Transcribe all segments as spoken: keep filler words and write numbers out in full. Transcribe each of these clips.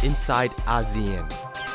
inside ASEAN.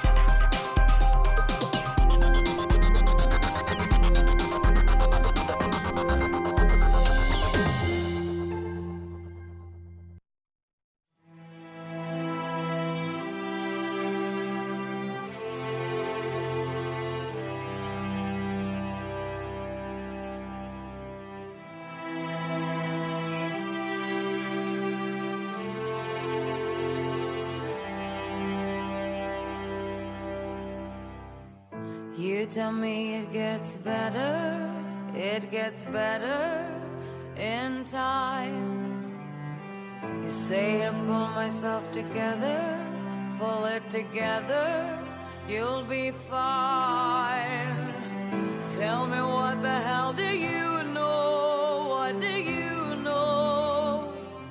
You tell me it gets better, it gets better in time. You say I pull myself together, pull it together, you'll be fine. Tell me what the hell do you know, what do you know?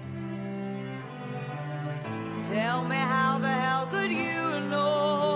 Tell me how the hell could you know?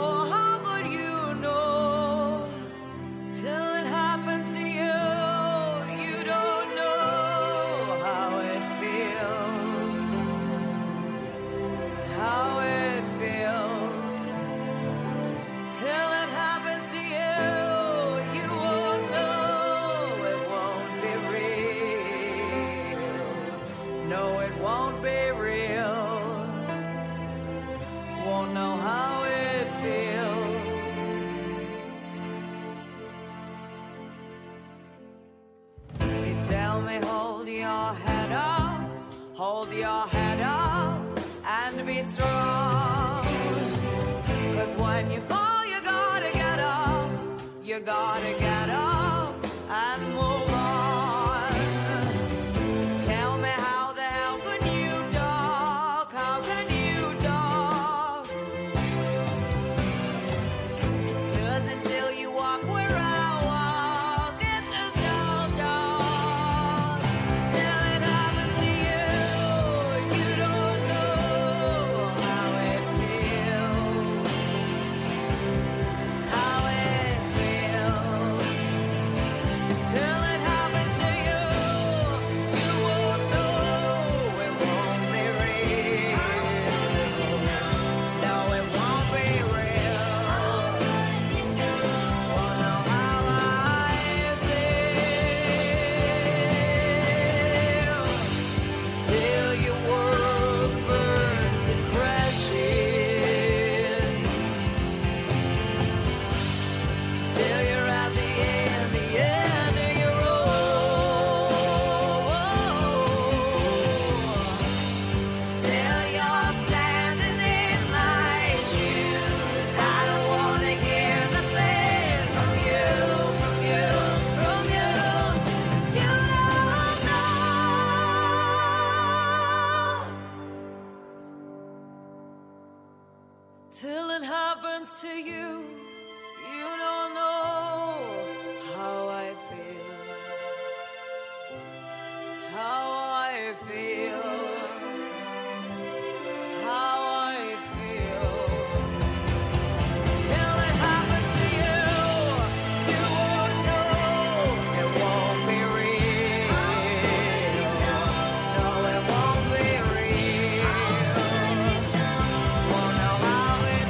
Hold your head up and be strong, 'cause when you fall you gotta get up, you gotta get up and move on. Tell me how the hell can you talk, how can you talk? 'Cause until you walk where I walk, it's just no talk. Till it happens to you, till it happens to you, you don't know how I feel, how I feel, how I feel. Till it happens to you, you won't know, it won't be real. No, it won't be real. Won't know how it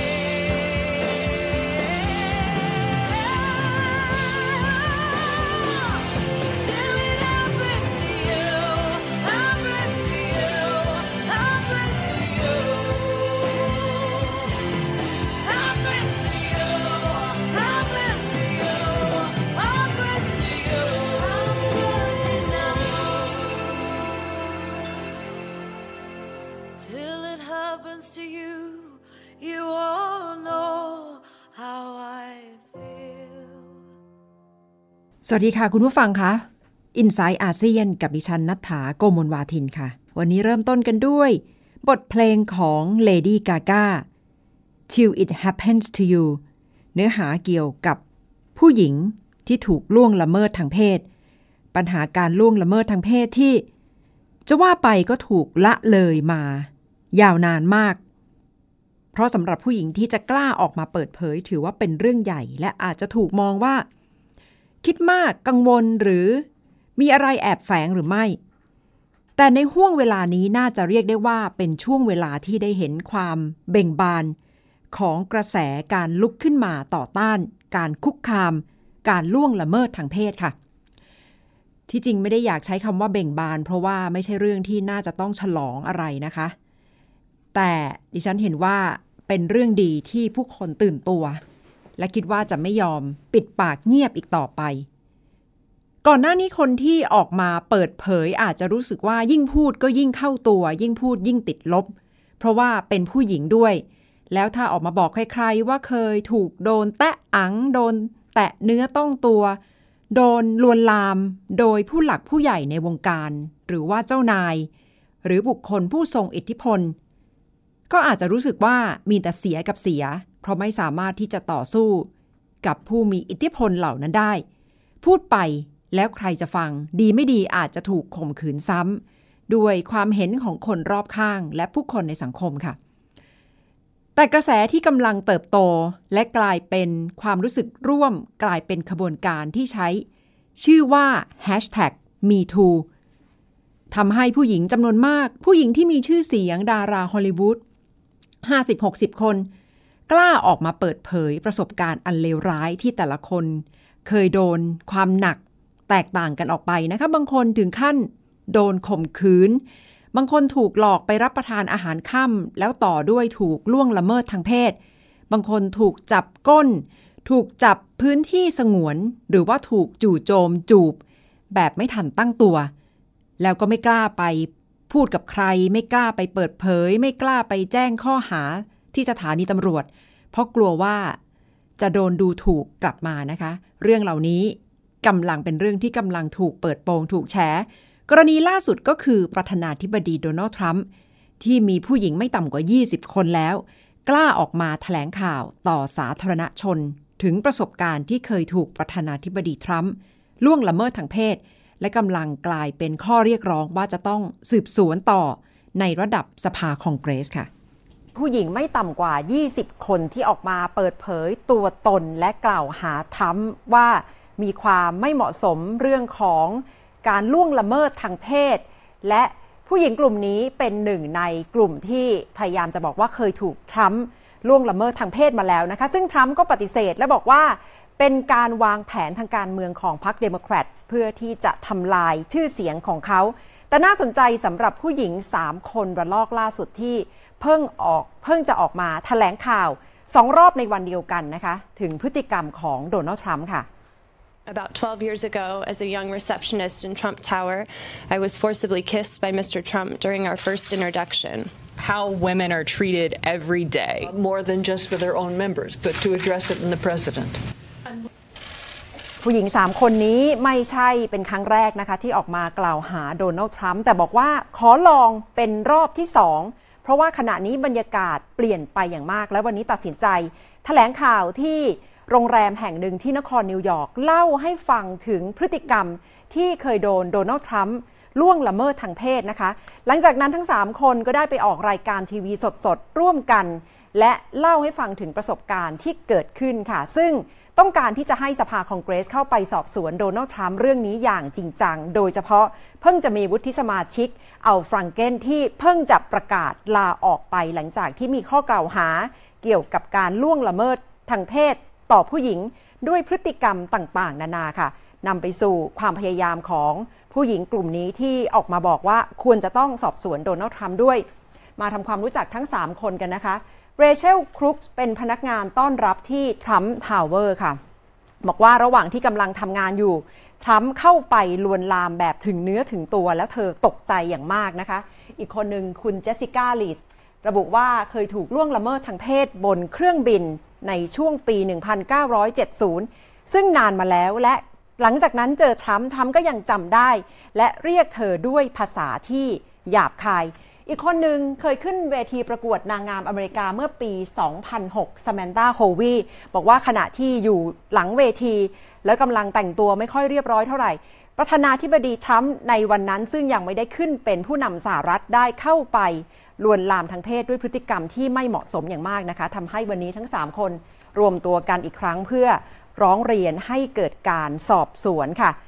happens to you, you all know how I feel. สวัสดีค่ะคุณผู้ฟังคะ Inside อาเซียนกับดิฉันณัฐฐา โกมลวาทินค่ะวันนี้เริ่มต้นกันด้วยบทเพลงของ Lady Gaga Till It Happens to You เนื้อหาเกี่ยวกับผู้หญิงที่ถูกล่วงละเมิดทางเพศปัญหาการล่วงละเมิดทางเพศที่จะว่าไปก็ถูกละเลยมายาวนานมากเพราะสำหรับผู้หญิงที่จะกล้าออกมาเปิดเผยถือว่าเป็นเรื่องใหญ่และอาจจะถูกมองว่าคิดมากกังวลหรือมีอะไรแอบแฝงหรือไม่แต่ในห้วงเวลานี้น่าจะเรียกได้ว่าเป็นช่วงเวลาที่ได้เห็นความเบ่งบานของกระแสการลุกขึ้นมาต่อต้านการคุกคามการล่วงละเมิดทางเพศค่ะที่จริงไม่ได้อยากใช้คำว่าเบ่งบานเพราะว่าไม่ใช่เรื่องที่น่าจะต้องฉลองอะไรนะคะแต่ดิฉันเห็นว่าเป็นเรื่องดีที่ผู้คนตื่นตัวและคิดว่าจะไม่ยอมปิดปากเงียบอีกต่อไปก่อนหน้านี้คนที่ออกมาเปิดเผยอาจจะรู้สึกว่ายิ่งพูดก็ยิ่งเข้าตัวยิ่งพูดยิ่งติดลบเพราะว่าเป็นผู้หญิงด้วยแล้วถ้าออกมาบอกใครๆว่าเคยถูกโดนแตะอังโดนแตะเนื้อต้องตัวโดนลวนลามโดยผู้หลักผู้ใหญ่ในวงการหรือว่าเจ้านายหรือบุคคลผู้ทรงอิทธิพลก็อาจจะรู้สึกว่ามีแต่เสียกับเสียเพราะไม่สามารถที่จะต่อสู้กับผู้มีอิทธิพลเหล่านั้นได้พูดไปแล้วใครจะฟังดีไม่ดีอาจจะถูกข่มขืนซ้ำด้วยความเห็นของคนรอบข้างและผู้คนในสังคมค่ะแต่กระแสที่กำลังเติบโตและกลายเป็นความรู้สึกร่วมกลายเป็นขบวนการที่ใช้ชื่อว่า แฮชแท็ก มีทู ทำให้ผู้หญิงจำนวนมากผู้หญิงที่มีชื่อเสียงดาราฮอลลีวูด ห้าสิบหกสิบ คนกล้าออกมาเปิดเผยประสบการณ์อันเลวร้ายที่แต่ละคนเคยโดนความหนักแตกต่างกันออกไปนะคะบางคนถึงขั้นโดนข่มขืนบางคนถูกหลอกไปรับประทานอาหารค่ำแล้วต่อด้วยถูกล่วงละเมิดทางเพศบางคนถูกจับก้นถูกจับพื้นที่สงวนหรือว่าถูกจู่โจมจูบแบบไม่ทันตั้งตัวแล้วก็ไม่กล้าไปพูดกับใครไม่กล้าไปเปิดเผยไม่กล้าไปแจ้งข้อหาที่สถานีตำรวจเพราะกลัวว่าจะโดนดูถูกกลับมานะคะเรื่องเหล่านี้กำลังเป็นเรื่องที่กำลังถูกเปิดโปงถูกแฉกรณีล่าสุดก็คือประธานาธิบดีโดนัลด์ทรัมป์ที่มีผู้หญิงไม่ต่ำกว่ายี่สิบคนแล้วกล้าออกมาแถลงข่าวต่อสาธารณชนถึงประสบการณ์ที่เคยถูกประธานาธิบดีทรัมป์ล่วงละเมิดทางเพศและกำลังกลายเป็นข้อเรียกร้องว่าจะต้องสืบสวนต่อในระดับสภาคองเกรสค่ะผู้หญิงไม่ต่ำกว่ายี่สิบคนที่ออกมาเปิดเผยตัวตนและกล่าวหาทรัมป์ว่ามีความไม่เหมาะสมเรื่องของการล่วงละเมิดทางเพศและผู้หญิงกลุ่มนี้เป็นหนึ่งในกลุ่มที่พยายามจะบอกว่าเคยถูกทรัมป์ล่วงละเมิดทางเพศมาแล้วนะคะซึ่งทรัมป์ก็ปฏิเสธและบอกว่าเป็นการวางแผนทางการเมืองของพรรคเดโมแครตเพื่อที่จะทำลายชื่อเสียงของเขาแต่น่าสนใจสำหรับผู้หญิงสามคนระลอกล่าสุดที่เพิ่งออกเพิ่งจะออกมาแถลงข่าวสองรอบในวันเดียวกันนะคะถึงพฤติกรรมของโดนัลด์ทรัมป์ค่ะ About twelve years ago, as a young receptionist in Trump Tower, I was forcibly kissed by Mister Trump during our first introduction. How women are treated every day. Uh, more than just for their own members, but to address it in the president. ผู้หญิงสามคนนี้ไม่ใช่เป็นครั้งแรกนะคะที่ออกมากล่าวหาโดนัลด์ทรัมป์แต่บอกว่าขอลองเป็นรอบที่สองเพราะว่าขณะนี้บรรยากาศเปลี่ยนไปอย่างมากและวันนี้ตัดสินใจแถลงข่าวที่โรงแรมแห่งหนึ่งที่นครนิวยอร์กเล่าให้ฟังถึงพฤติกรรมที่เคยโดนโดนัลด์ทรัมป์ล่วงละเมิดทางเพศนะคะหลังจากนั้นทั้งสามคนก็ได้ไปออกรายการทีวีสดๆร่วมกันและเล่าให้ฟังถึงประสบการณ์ที่เกิดขึ้นค่ะซึ่งต้องการที่จะให้สภาคองเกรสเข้าไปสอบสวนโดนัลด์ทรัมป์เรื่องนี้อย่างจริงจังโดยเฉพาะเพิ่งจะมีวุฒิสมาชิกอัลฟรังเกนที่เพิ่งจะประกาศลาออกไปหลังจากที่มีข้อกล่าวหาเกี่ยวกับการล่วงละเมิดทางเพศต่อผู้หญิงด้วยพฤติกรรมต่างๆนานาค่ะนำไปสู่ความพยายามของผู้หญิงกลุ่มนี้ที่ออกมาบอกว่าควรจะต้องสอบสวนโดนัลด์ทรัมป์ด้วยมาทำความรู้จักทั้งสามคนกันนะคะเรเชลครุกเป็นพนักงานต้อนรับที่ทรัมป์ทาวเวอร์ค่ะบอกว่าระหว่างที่กำลังทำงานอยู่ทรัมป์เข้าไปลวนลามแบบถึงเนื้อถึงตัวแล้วเธอตกใจอย่างมากนะคะอีกคนหนึ่งคุณเจสสิก้าลีสระบุว่าเคยถูกล่วงละเมิดทางเพศบนเครื่องบินในช่วงปี หนึ่งพันเก้าร้อยเจ็ดสิบ ซึ่งนานมาแล้วและหลังจากนั้นเจอทรัมป์ทรัมป์ก็ยังจำได้และเรียกเธอด้วยภาษาที่หยาบคายอีกคนหนึ่งเคยขึ้นเวทีประกวดนางงามอเมริกาเมื่อปี สองพันหก ซามนธา โฮวีบอกว่าขณะที่อยู่หลังเวทีแล้วกำลังแต่งตัวไม่ค่อยเรียบร้อยเท่าไหร่ประธานาธิบดีทรัมป์ในวันนั้นซึ่งยังไม่ได้ขึ้นเป็นผู้นำสหรัฐได้เข้าไปลวนลามทางเพศด้วยพฤติกรรมที่ไม่เหมาะสมอย่างมากนะคะทำให้วันนี้ทั้งสามคนรวมตัวกันอีกครั้งเพื่อร้องเรียนให้เกิดการสอบสวนค่ะ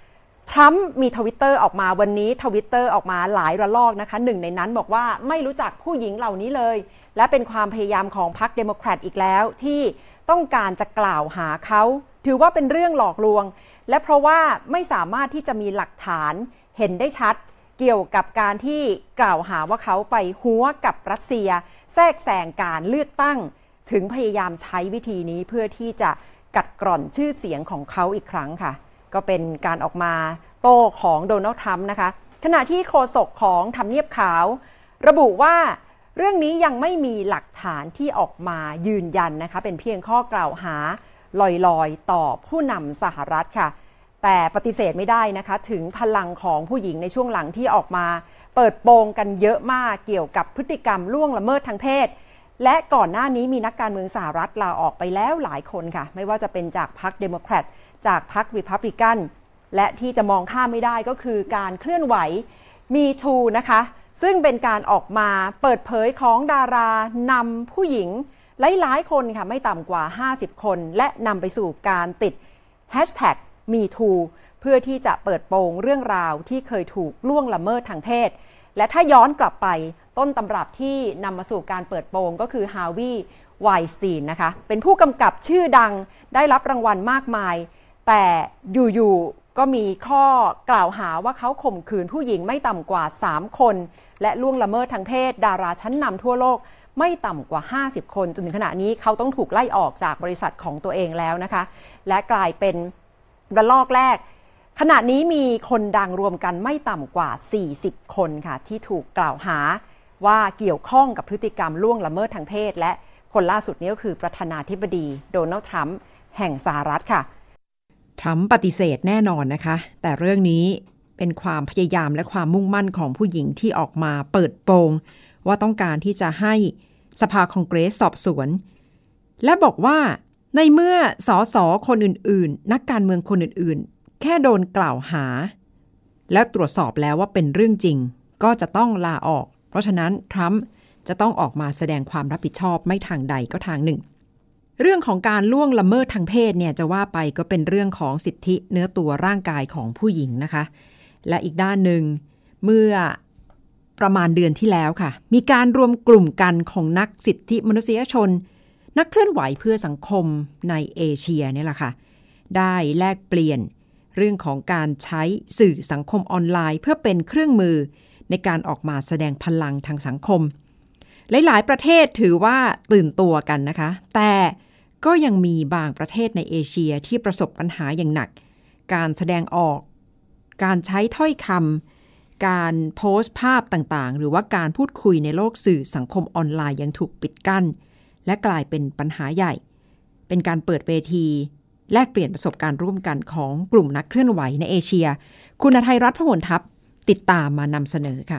ทรัมป์มีทวิตเตอร์ออกมาวันนี้ทวิตเตอร์ออกมาหลายระลอกนะคะหนึ่งในนั้นบอกว่าไม่รู้จักผู้หญิงเหล่านี้เลยและเป็นความพยายามของพรรคเดโมแครตอีกแล้วที่ต้องการจะกล่าวหาเขาถือว่าเป็นเรื่องหลอกลวงและเพราะว่าไม่สามารถที่จะมีหลักฐานเห็นได้ชัดเกี่ยวกับการที่กล่าวหาว่าเขาไปหัวกับรัสเซียแทรกแซงการเลือกตั้งถึงพยายามใช้วิธีนี้เพื่อที่จะกัดกร่อนชื่อเสียงของเขาอีกครั้งค่ะก็เป็นการออกมาโต้ของโดนัลด์ทรัมป์นะคะขณะที่โฆษกของทำเนียบขาวระบุว่าเรื่องนี้ยังไม่มีหลักฐานที่ออกมายืนยันนะคะเป็นเพียงข้อกล่าวหาลอยๆต่อผู้นำสหรัฐค่ะแต่ปฏิเสธไม่ได้นะคะถึงพลังของผู้หญิงในช่วงหลังที่ออกมาเปิดโปงกันเยอะมากเกี่ยวกับพฤติกรรมล่วงละเมิดทางเพศและก่อนหน้านี้มีนักการเมืองสหรัฐลาออกไปแล้วหลายคนค่ะไม่ว่าจะเป็นจากพรรคเดโมแครตจากพรรครีพับลิกันและที่จะมองข้ามไม่ได้ก็คือการเคลื่อนไหวมีทูนะคะซึ่งเป็นการออกมาเปิดเผยของดารานำผู้หญิงหลายๆคนค่ะไม่ต่ำกว่าห้าสิบคนและนำไปสู่การติดแฮชแท็กมีทูเพื่อที่จะเปิดโปงเรื่องราวที่เคยถูกล่วงละเมิดทางเพศและถ้าย้อนกลับไปต้นตำรับที่นำมาสู่การเปิดโปงก็คือฮาร์วีย์ไวน์สตีนนะคะเป็นผู้กำกับชื่อดังได้รับรางวัลมากมายแต่อยู่ๆก็มีข้อกล่าวหาว่าเขาข่มขืนผู้หญิงไม่ต่ำกว่าสามคนและล่วงละเมิดทางเพศดาราชั้นนำทั่วโลกไม่ต่ำกว่าห้าสิบคนจนถึงขณะนี้เขาต้องถูกไล่ออกจากบริษัทของตัวเองแล้วนะคะและกลายเป็นระลอกแรกขณะนี้มีคนดังรวมกันไม่ต่ำกว่าสี่สิบคนค่ะที่ถูกกล่าวหาว่าเกี่ยวข้องกับพฤติกรรมล่วงละเมิดทางเพศและคนล่าสุดนี้ก็คือประธานาธิบดีโดนัลด์ทรัมป์แห่งสหรัฐค่ะทรัมป์ปฏิเสธแน่นอนนะคะแต่เรื่องนี้เป็นความพยายามและความมุ่งมั่นของผู้หญิงที่ออกมาเปิดโปงว่าต้องการที่จะให้สภาคองเกรสสอบสวนและบอกว่าในเมื่อสสคนอื่นๆนักการเมืองคนอื่นๆแค่โดนกล่าวหาและตรวจสอบแล้วว่าเป็นเรื่องจริงก็จะต้องลาออกเพราะฉะนั้นทรัมป์จะต้องออกมาแสดงความรับผิดชอบไม่ทางใดก็ทางหนึ่งเรื่องของการล่วงละเมิดทางเพศเนี่ยจะว่าไปก็เป็นเรื่องของสิทธิเนื้อตัวร่างกายของผู้หญิงนะคะและอีกด้านหนึ่งเมื่อประมาณเดือนที่แล้วค่ะมีการรวมกลุ่มกันของนักสิทธิมนุษยชนนักเคลื่อนไหวเพื่อสังคมในเอเชียเนี่ยแหละค่ะได้แลกเปลี่ยนเรื่องของการใช้สื่อสังคมออนไลน์เพื่อเป็นเครื่องมือในการออกมาแสดงพลังทางสังคมหลายๆประเทศถือว่าตื่นตัวกันนะคะแต่ก็ยังมีบางประเทศในเอเชียที่ประสบปัญหาอย่างหนักการแสดงออกการใช้ถ้อยคำการโพสต์ภาพต่างๆหรือว่าการพูดคุยในโลกสื่อสังคมออนไลน์ยังถูกปิดกั้นและกลายเป็นปัญหาใหญ่เป็นการเปิดเวทีแลกเปลี่ยนประสบการณ์ร่วมกันของกลุ่มนักเคลื่อนไหวในเอเชียคุณอทัยรัตน์ พหลทัพติดตามมานำเสนอค่ะ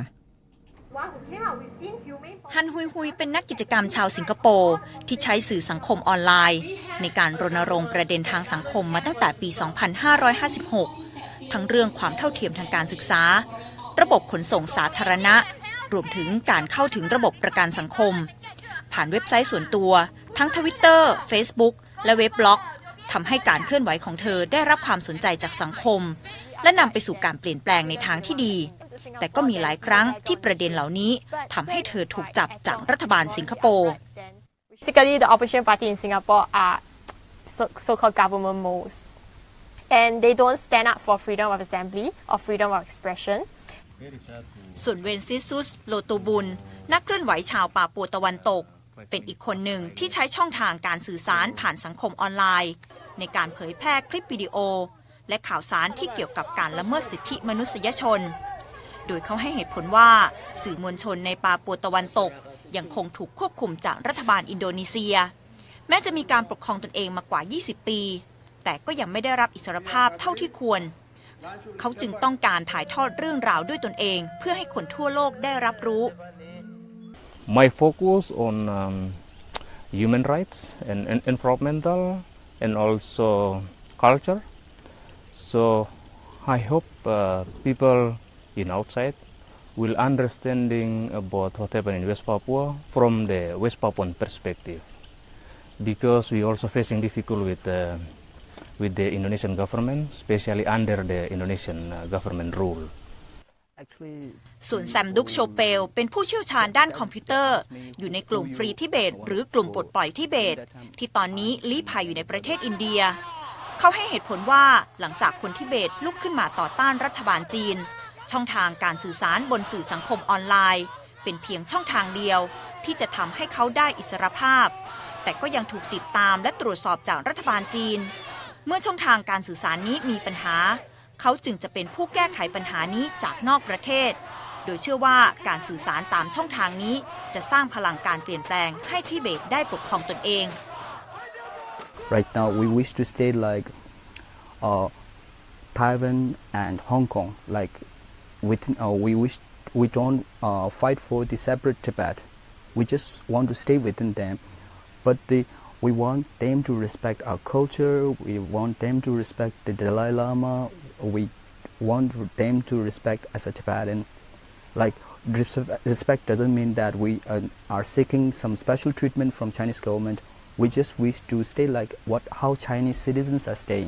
ฮันฮุยฮุยเป็นนักกิจกรรมชาวสิงคโปร์ที่ใช้สื่อสังคมออนไลน์ในการรณรงค์ประเด็นทางสังคมมาตั้งแต่ปี สองพันห้าร้อยห้าสิบหก ทั้งเรื่องความเท่าเทียมทางการศึกษาระบบขนส่งสาธารณะรวมถึงการเข้าถึงระบบประกันสังคมผ่านเว็บไซต์ส่วนตัวทั้ง Twitter Facebook และเว็บบล็อกทำให้การเคลื่อนไหวของเธอได้รับความสนใจจากสังคมและนำไปสู่การเปลี่ยนแปลงในทางที่ดีแต่ก็มีหลายครั้งที่ประเด็นเหล่านี้ทำให้เธอถูกจับจากรัฐบาลสิงคโปร์ Basically, the opposition party in Singapore are so-called government moles, and they don't stand up for freedom of assembly or freedom of expression. ส่วนเวนซิซุสโลโตบุลนักเคลื่อนไหวชาวปาปัวตะวันตกเป็นอีกคนหนึ่งที่ใช้ช่องทางการสื่อสารผ่านสังคมออนไลน์ในการเผยแพร่คลิปวิดีโอและข่าวสารที่เกี่ยวกับการละเมิดสิทธิมนุษยชนโดยเขาให้เหตุผลว่าสื่อมวลชนในปาปัวตะวันตกยังคงถูกควบคุมจากรัฐบาลอินโดนีเซียแม้จะมีการปกครองตนเองมากว่ายี่สิบปีแต่ก็ยังไม่ได้รับอิสรภาพเท่าที่ควรเขาจึงต้องการถ่ายทอดเรื่องราวด้วยตนเองเพื่อให้คนทั่วโลกได้รับรู้ My focus on um, human rights and, and environmental and also culture. So I hope uh, people in outside will understanding about what happened in West Papua from the West Papuan perspective, because we also facing difficult with uh, with the Indonesian government, especially under the Indonesian uh, government rule. ส่วนแซมดุกโชเปลเป็นผู้เชี่ยวชาญด้านคอมพิวเตอร์อยู่ในกลุ่มฟรีทิเบตหรือกลุ่มปลดปล่อยทิเบตที่ตอนนี้ลี้ภัยอยู่ในประเทศอินเดียเขาให้เหตุผลว่าหลังจากคนทิเบตลุกขึ้นมาต่อต้านรัฐบาลจีนช่องทางการสื่อสารบนสื่อสังคมออนไลน์เป็นเพียงช่องทางเดียวที่จะทำให้เขาได้อิสรภาพแต่ก็ยังถูกติดตามและตรวจสอบจากรัฐบาลจีนเมื่อช่องทางการสื่อสารนี้มีปัญหาเขาจึงจะเป็นผู้แก้ไขปัญหานี้จากนอกประเทศโดยเชื่อว่าการสื่อสารตามช่องทางนี้จะสร้างพลังการเปลี่ยนแปลงให้ทิเบตได้ปกครองตนเอง Right now we wish to stay like uh, Taiwan and Hong Kong like within uh, we wish we don't uh, fight for the separate Tibet we just want to stay within them but the we want them to respect our culture we want them to respect the Dalai Lama we want them to respect as a Tibetan like respect doesn't mean that we uh, are seeking some special treatment from Chinese government we just wish to stay like what how Chinese citizens are staying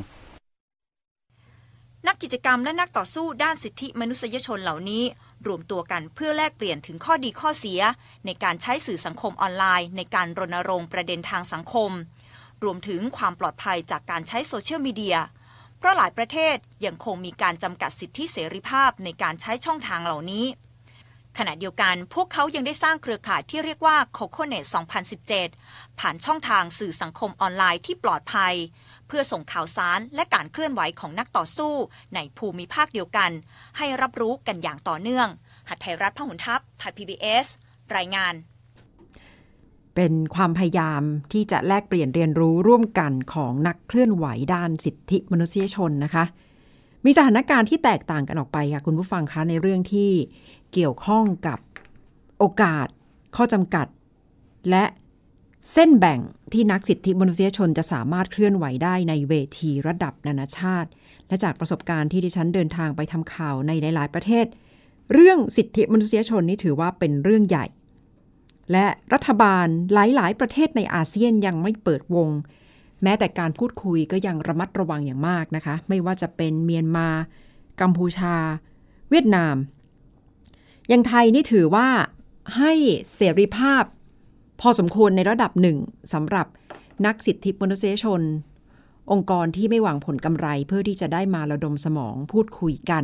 นักกิจกรรมและนักต่อสู้ด้านสิทธิมนุษยชนเหล่านี้รวมตัวกันเพื่อแลกเปลี่ยนถึงข้อดีข้อเสียในการใช้สื่อสังคมออนไลน์ในการรณรงค์ประเด็นทางสังคมรวมถึงความปลอดภัยจากการใช้โซเชียลมีเดียเพราะหลายประเทศยังคงมีการจำกัดสิทธิเสรีภาพในการใช้ช่องทางเหล่านี้ขณะเดียวกันพวกเขายังได้สร้างเครือข่ายที่เรียกว่า Coconet สองพันสิบเจ็ด ผ่านช่องทางสื่อสังคมออนไลน์ที่ปลอดภัยเพื่อส่งข่าวสารและการเคลื่อนไหวของนักต่อสู้ในภูมิภาคเดียวกันให้รับรู้กันอย่างต่อเนื่องหัตถ์ไทยรัฐพหุลทัพไทย พี บี เอส รายงานเป็นความพยายามที่จะแลกเปลี่ยนเรียนรู้ร่วมกันของนักเคลื่อนไหวด้านสิทธิมนุษยชนนะคะมีสถานการณ์ที่แตกต่างกันออกไปค่ะคุณผู้ฟังคะในเรื่องที่เกี่ยวข้องกับโอกาสข้อจำกัดและเส้นแบ่งที่นักสิทธิมนุษยชนจะสามารถเคลื่อนไหวได้ในเวทีระดับนานาชาติและจากประสบการณ์ที่ดิฉันเดินทางไปทำข่าวในหลายๆประเทศเรื่องสิทธิมนุษยชนนี่ถือว่าเป็นเรื่องใหญ่และรัฐบาลหลายๆประเทศในอาเซียนยังไม่เปิดวงแม้แต่การพูดคุยก็ยังระมัดระวังอย่างมากนะคะไม่ว่าจะเป็นเมียนมากัมพูชาเวียดนามอย่างไทยนี่ถือว่าให้เสรีภาพพอสมควรในระดับหนึ่งสำหรับนักสิทธิมนุษยชนองค์กรที่ไม่หวังผลกำไรเพื่อที่จะได้มาระดมสมองพูดคุยกัน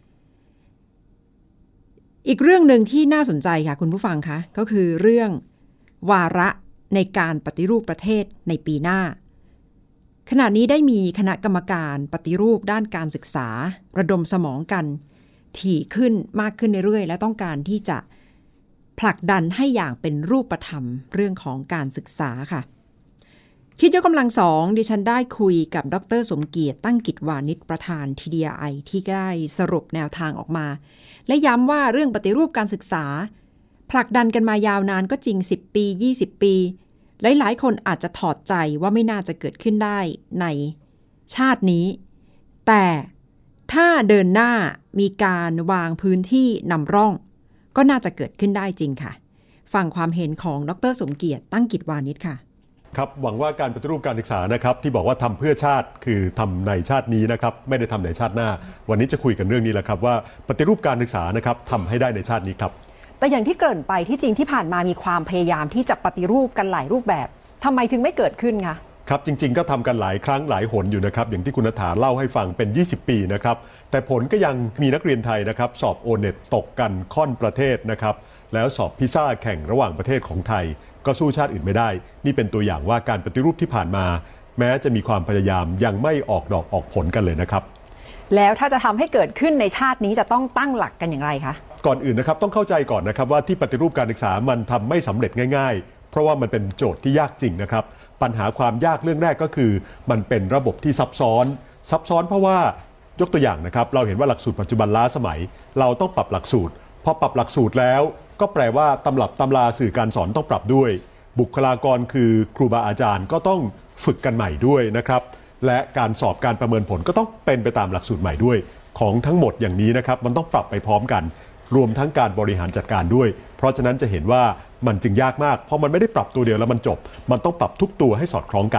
อีกเรื่องหนึ่งที่น่าสนใจค่ะคุณผู้ฟังคะก็คือเรื่องวาระในการปฏิรูปประเทศในปีหน้าขณะนี้ได้มีคณะกรรมการปฏิรูปด้านการศึกษาระดมสมองกันถี่ขึ้นมากขึ้นเรื่อยๆและต้องการที่จะผลักดันให้อย่างเป็นรูปธรรมเรื่องของการศึกษาค่ะคิดยกกำลังสองดิฉันได้คุยกับดร.สมเกียรติตั้งกิจวานิชประธาน ที ดี ไอ ที่ได้สรุปแนวทางออกมาและย้ำว่าเรื่องปฏิรูปการศึกษาผลักดันกันมายาวนานก็จริงสิบปียี่สิบปีหลายๆคนอาจจะถอดใจว่าไม่น่าจะเกิดขึ้นได้ในชาตินี้แต่ถ้าเดินหน้ามีการวางพื้นที่นำร่องก็น่าจะเกิดขึ้นได้จริงค่ะฟังความเห็นของดร.สมเกียรติตั้งกิจวานิชค่ะครับหวังว่าการปฏิรูปการศึกษานะครับที่บอกว่าทำเพื่อชาติคือทำในชาตินี้นะครับไม่ได้ทำในชาติหน้าวันนี้จะคุยกันเรื่องนี้แหละครับว่าปฏิรูปการศึกษานะครับทำให้ได้ในชาตินี้ครับแต่อย่างที่เกริ่นไปที่จริงที่ผ่านมามีความพยายามที่จะปฏิรูปกันหลายรูปแบบทำไมถึงไม่เกิดขึ้นคะครับจริงๆก็ทำกันหลายครั้งหลายหนอยู่นะครับอย่างที่คุณณฐาเล่าให้ฟังเป็นยี่สิบปีนะครับแต่ผลก็ยังมีนักเรียนไทยนะครับสอบโอเน็ตตกกันค่อนประเทศนะครับแล้วสอบพิซซ่าแข่งระหว่างประเทศของไทยก็สู้ชาติอื่นไม่ได้นี่เป็นตัวอย่างว่าการปฏิรูปที่ผ่านมาแม้จะมีความพยายามยังไม่ออกดอกออกผลกันเลยนะครับแล้วถ้าจะทำให้เกิดขึ้นในชาตินี้จะต้องตั้งหลักกันอย่างไรคะก่อนอื่นนะครับต้องเข้าใจก่อนนะครับว่าที่ปฏิรูปการศึกษามันทำไม่สำเร็จง่ายๆเพราะว่ามันเป็นโจทย์ที่ยากจริงนะครับปัญหาความยากเรื่องแรกก็คือมันเป็นระบบที่ซับซ้อนซับซ้อนเพราะว่ายกตัวอย่างนะครับเราเห็นว่าหลักสูตรปัจจุบันล้าสมัยเราต้องปรับหลักสูตรพอปรับหลักสูตรแล้วก็แปลว่าตำรับตำราสื่อการสอนต้องปรับด้วยบุคลากรคือครูบาอาจารย์ก็ต้องฝึกกันใหม่ด้วยนะครับและการสอบการประเมินผลก็ต้องเป็นไปตามหลักสูตรใหม่ด้วยของทั้งหมดอย่างนี้นะครับมันต้องปรับไปพร้อมกันรวมทั้งการบริหารจัดการด้วยเพราะฉะนั้นจะเห็นว่ามันจึงยากมากเพราะมันไม่ได้ปรับตัวเดียวแล้วมันจบมันต้องปรับทุกตัวให้สอดคล้องกัน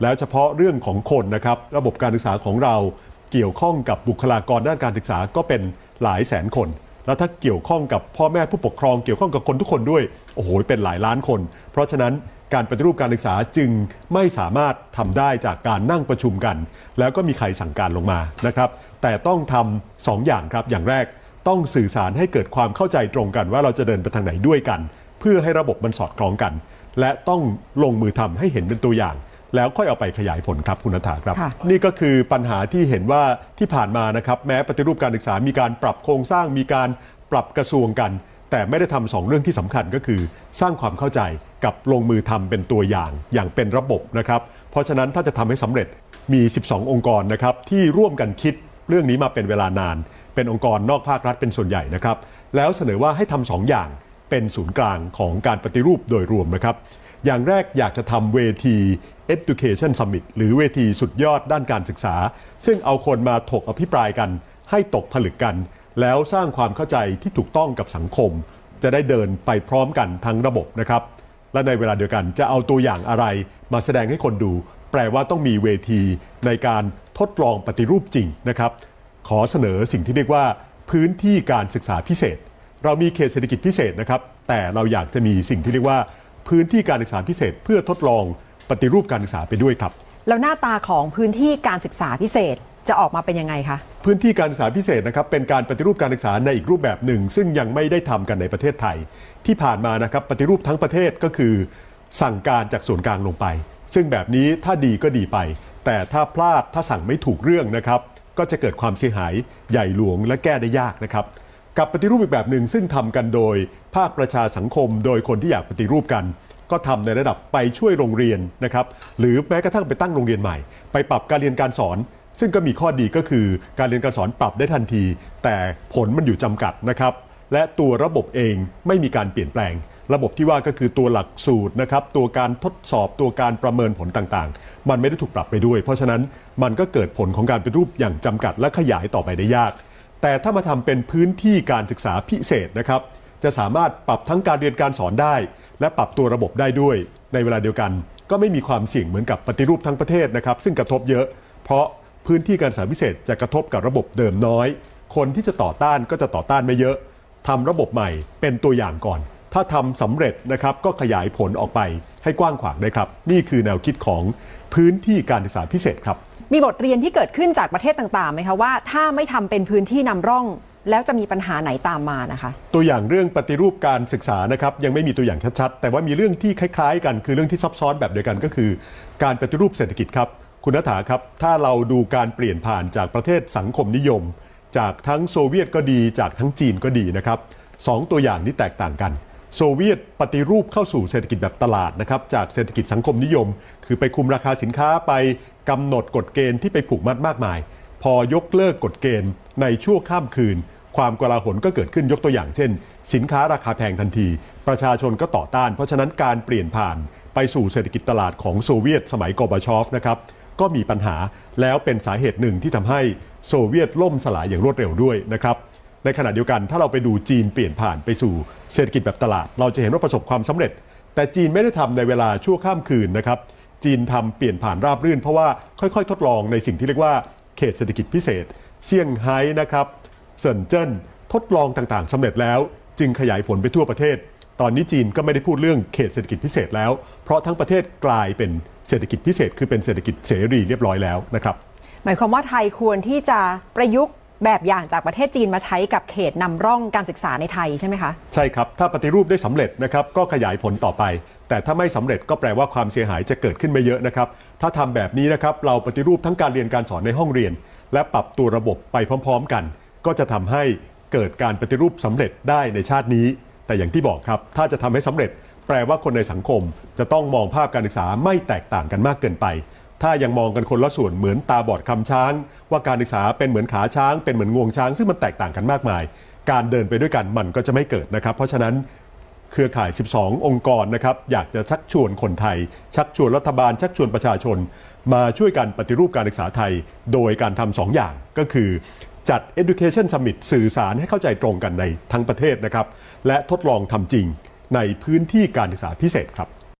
แล้วเฉพาะเรื่องของคนนะครับระบบการศึกษาของเราเกี่ยวข้องกับบุคลากรด้านการศึกษาก็เป็นหลายแสนคนแล้วถ้าเกี่ยวข้องกับพ่อแม่ผู้ปกครองเกี่ยวข้องกับคนทุกคนด้วยโอ้โหเป็นหลายล้านคนเพราะฉะนั้นการปฏิรูปการศึกษาจึงไม่สามารถทำได้จากการนั่งประชุมกันแล้วก็มีใครสั่งการลงมานะครับแต่ต้องทำสองอย่างครับอย่างแรกต้องสื่อสารให้เกิดความเข้าใจตรงกันว่าเราจะเดินไปทางไหนด้วยกันเพื่อให้ระบบมันสอดคล้องกันและต้องลงมือทำให้เห็นเป็นตัวอย่างแล้วค่อยเอาไปขยายผลครับคุณณฐาครับนี่ก็คือปัญหาที่เห็นว่าที่ผ่านมานะครับแม้ปฏิรูปการศึกษามีการปรับโครงสร้างมีการปรับกระทรวงกันแต่ไม่ได้ทำสองเรื่องที่สำคัญก็คือสร้างความเข้าใจกับลงมือทำเป็นตัวอย่างอย่างเป็นระบบนะครับเพราะฉะนั้นถ้าจะทำให้สำเร็จมีสิบสององค์กรนะครับที่ร่วมกันคิดเรื่องนี้มาเป็นเวลานานเป็นองค์กรนอกภาครัฐเป็นส่วนใหญ่นะครับแล้วเสนอว่าให้ทำสองอย่างเป็นศูนย์กลางของการปฏิรูปโดยรวมนะครับอย่างแรกอยากจะทำเวที Education Summit หรือเวทีสุดยอดด้านการศึกษาซึ่งเอาคนมาถกอภิปรายกันให้ตกผลึกกันแล้วสร้างความเข้าใจที่ถูกต้องกับสังคมจะได้เดินไปพร้อมกันทั้งระบบนะครับและในเวลาเดียวกันจะเอาตัวอย่างอะไรมาแสดงให้คนดูแปลว่าต้องมีเวทีในการทดลองปฏิรูปจริงนะครับขอเสนอสิ่งที่เรียกว่าพื้นที่การศึกษาพิเศษเรามีเขตเศรษฐกิจพิเศษนะครับแต่เราอยากจะมีสิ่งที่เรียกว่าพื้นที่การศึกษาพิเศษเพื่อทดลองปฏิรูปการศึกษาไปด้วยครับแล้วหน้าตาของพื้นที่การศึกษาพิเศษจะออกมาเป็นยังไงคะพื้นที่การศึกษาพิเศษนะครับเป็นการปฏิรูปการศึกษาในอีกรูปแบบหนึ่งซึ่งยังไม่ได้ทำกันในประเทศไทยที่ผ่านมานะครับปฏิรูปทั้งประเทศก็คือสั่งการจากส่วนกลางลงไปซึ่งแบบนี้ถ้าดีก็ดีไปแต่ถ้าพลาดถ้าสั่งไม่ถูกเรื่องนะครับก็จะเกิดความเสียหายใหญ่หลวงและแก้ได้ยากนะครับกับปฏิรูปอีกแบบหนึ่งซึ่งทำกันโดยภาคประชาสังคมโดยคนที่อยากปฏิรูปกันก็ทำในระดับไปช่วยโรงเรียนนะครับหรือแม้กระทั่งไปตั้งโรงเรียนใหม่ไปปรับการเรียนการสอนซึ่งก็มีข้อดีก็คือการเรียนการสอนปรับได้ทันทีแต่ผลมันอยู่จำกัดนะครับและตัวระบบเองไม่มีการเปลี่ยนแปลงระบบที่ว่าก็คือตัวหลักสูตรนะครับตัวการทดสอบตัวการประเมินผลต่างๆมันไม่ได้ถูกปรับไปด้วยเพราะฉะนั้นมันก็เกิดผลของการปฏิรูปอย่างจำกัดและขยายต่อไปได้ยากแต่ถ้ามาทำเป็นพื้นที่การศึกษาพิเศษนะครับจะสามารถปรับทั้งการเรียนการสอนได้และปรับตัวระบบได้ด้วยในเวลาเดียวกันก็ไม่มีความเสี่ยงเหมือนกับปฏิรูปทั้งประเทศนะครับซึ่งกระทบเยอะเพราะพื้นที่การศึกษาพิเศษจะกระทบกับระบบเดิมน้อยคนที่จะต่อต้านก็จะต่อต้านไม่เยอะทำระบบใหม่เป็นตัวอย่างก่อนถ้าทำสำเร็จนะครับก็ขยายผลออกไปให้กว้างขวางได้ครับนี่คือแนวคิดของพื้นที่การศึกษาพิเศษครับมีบทเรียนที่เกิดขึ้นจากประเทศต่างๆไหมคะว่าถ้าไม่ทำเป็นพื้นที่นำร่องแล้วจะมีปัญหาไหนตามมานะคะตัวอย่างเรื่องปฏิรูปการศึกษานะครับยังไม่มีตัวอย่างชัดๆแต่ว่ามีเรื่องที่คล้ายๆกันคือเรื่องที่ซับซ้อนแบบเดียวกันก็คือการปฏิรูปเศรษฐกิจครับคุณณฐาครับถ้าเราดูการเปลี่ยนผ่านจากประเทศสังคมนิยมจากทั้งโซเวียตก็ดีจากทั้งจีนก็ดีนะครับสองตัวอย่างนี้แตกต่างกันโซเวียตปฏิรูปเข้าสู่เศรษฐกิจแบบตลาดนะครับจากเศรษฐกิจสังคมนิยมคือไปคุมราคาสินค้าไปกำหนดกฎเกณฑ์ที่ไปผูกมัดมากมายพอยกเลิกกฎเกณฑ์ในชั่วข้ามคืนความกลาหลก็เกิดขึ้นยกตัวอย่างเช่นสินค้าราคาแพงทันทีประชาชนก็ต่อต้านเพราะฉะนั้นการเปลี่ยนผ่านไปสู่เศรษฐกิจตลาดของโซเวียตสมัยกอร์บาชอฟนะครับก็มีปัญหาแล้วเป็นสาเหตุหนึ่งที่ทำให้โซเวียตล่มสลายอย่างรวดเร็วด้วยนะครับในขณะเดียวกันถ้าเราไปดูจีนเปลี่ยนผ่านไปสู่เศรษฐกิจแบบตลาดเราจะเห็นว่าประสบความสำเร็จแต่จีนไม่ได้ทำในเวลาชั่วข้ามคืนนะครับจีนทำเปลี่ยนผ่านราบรื่นเพราะว่าค่อยๆทดลองในสิ่งที่เรียกว่าเขตเศรษฐกิจพิเศษเซี่ยงไฮ้นะครับเซินเจิ้นทดลองต่างๆสำเร็จแล้วจึงขยายผลไปทั่วประเทศตอนนี้จีนก็ไม่ได้พูดเรื่องเขตเศรษฐกิจพิเศษแล้วเพราะทั้งประเทศกลายเป็นเศรษฐกิจพิเศษคือเป็นเศรษฐกิจเสรีเรียบร้อยแล้วนะครับหมายความว่าไทยควรที่จะประยุกต์แบบอย่างจากประเทศจีนมาใช้กับเขตนำร่องการศึกษาในไทยใช่ไหมคะใช่ครับถ้าปฏิรูปได้สำเร็จนะครับก็ขยายผลต่อไปแต่ถ้าไม่สำเร็จก็แปลว่าความเสียหายจะเกิดขึ้นไม่เยอะนะครับถ้าทำแบบนี้นะครับเราปฏิรูปทั้งการเรียนการสอนในห้องเรียนและปรับตัวระบบไปพร้อมๆกันก็จะทำให้เกิดการปฏิรูปสำเร็จได้ในชาตินี้แต่อย่างที่บอกครับถ้าจะทำให้สำเร็จแปลว่าคนในสังคมจะต้องมองภาพการศึกษาไม่แตกต่างกันมากเกินไปถ้ายังมองกันคนละส่วนเหมือนตาบอดคำช้างว่าการศึกษาเป็นเหมือนขาช้างเป็นเหมือนงวงช้างซึ่งมันแตกต่างกันมากมายการเดินไปด้วยกันมันก็จะไม่เกิดนะครับเพราะฉะนั้นเครือข่ายสิบสององค์กรนะครับอยากจะชักชวนคนไทยชักชวนรัฐบาลชักชวนประชาชนมาช่วยกันปฏิรูปการศึกษาไทยโดยการทำสองอย่างก็คือจัด Education Summit สื่อสารให้เข้าใจตรงกันในทั้งประเทศนะครับและทดลองทำจริงในพื้นที่การศึกษาพิเศษครับ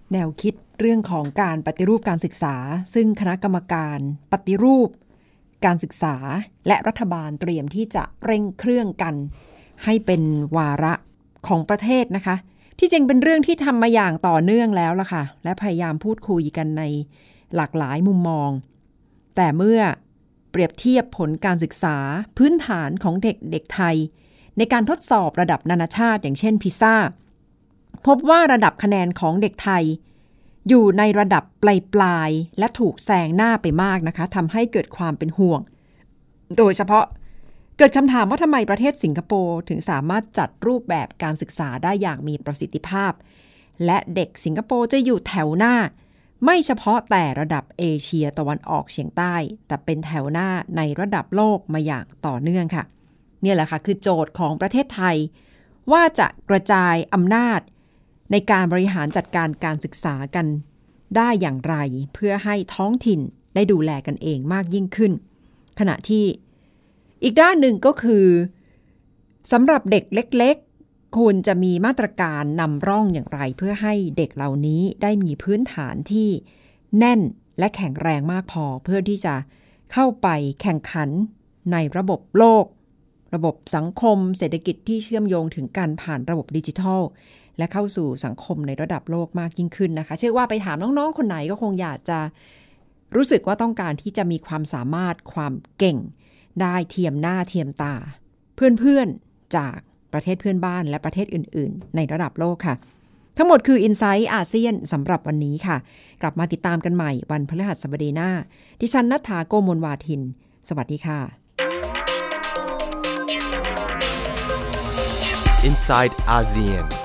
แนวคิดเรื่องของการปฏิรูปการศึกษาซึ่งคณะกรรมการปฏิรูปการศึกษาและรัฐบาลเตรียมที่จะเร่งเครื่องกันให้เป็นวาระของประเทศนะคะที่จริงเป็นเรื่องที่ทำมาอย่างต่อเนื่องแล้วล่ะค่ะและพยายามพูดคุยกันในหลากหลายมุมมองแต่เมื่อเปรียบเทียบผลการศึกษาพื้นฐานของเด็กเด็กไทยในการทดสอบระดับนานาชาติอย่างเช่นพิซ่าพบว่าระดับคะแนนของเด็กไทยอยู่ในระดับปลายๆและถูกแซงหน้าไปมากนะคะทำให้เกิดความเป็นห่วงโดยเฉพาะเกิดคำถามว่าทำไมประเทศสิงคโปร์ถึงสามารถจัดรูปแบบการศึกษาได้อย่างมีประสิทธิภาพและเด็กสิงคโปร์จะอยู่แถวหน้าไม่เฉพาะแต่ระดับเอเชียตะวันออกเฉียงใต้แต่เป็นแถวหน้าในระดับโลกมาอย่างต่อเนื่องค่ะเนี่ยแหละค่ะคือโจทย์ของประเทศไทยว่าจะกระจายอำนาจในการบริหารจัดการการศึกษากันได้อย่างไรเพื่อให้ท้องถิ่นได้ดูแลกันเองมากยิ่งขึ้นขณะที่อีกด้านหนึ่งก็คือสำหรับเด็กเล็กๆควรจะมีมาตรการนำร่องอย่างไรเพื่อให้เด็กเหล่านี้ได้มีพื้นฐานที่แน่นและแข็งแรงมากพอเพื่อที่จะเข้าไปแข่งขันในระบบโลกระบบสังคมเศรษฐกิจที่เชื่อมโยงถึงการผ่านระบบดิจิทัลและเข้าสู่สังคมในระดับโลกมากยิ่งขึ้นนะคะเชื่อว่าไปถามน้องๆคนไหนก็คงอยากจะรู้สึกว่าต้องการที่จะมีความสามารถความเก่งได้เทียมหน้าเทียมตาเพื่อนๆจากประเทศเพื่อนบ้านและประเทศอื่นๆในระดับโลกค่ะทั้งหมดคือ Insight อาเซียนสำหรับวันนี้ค่ะกลับมาติดตามกันใหม่วันพฤหัสบดีหน้าดิฉันณัฐฐา โกมลวาทินสวัสดีค่ะ Inside อาเซียน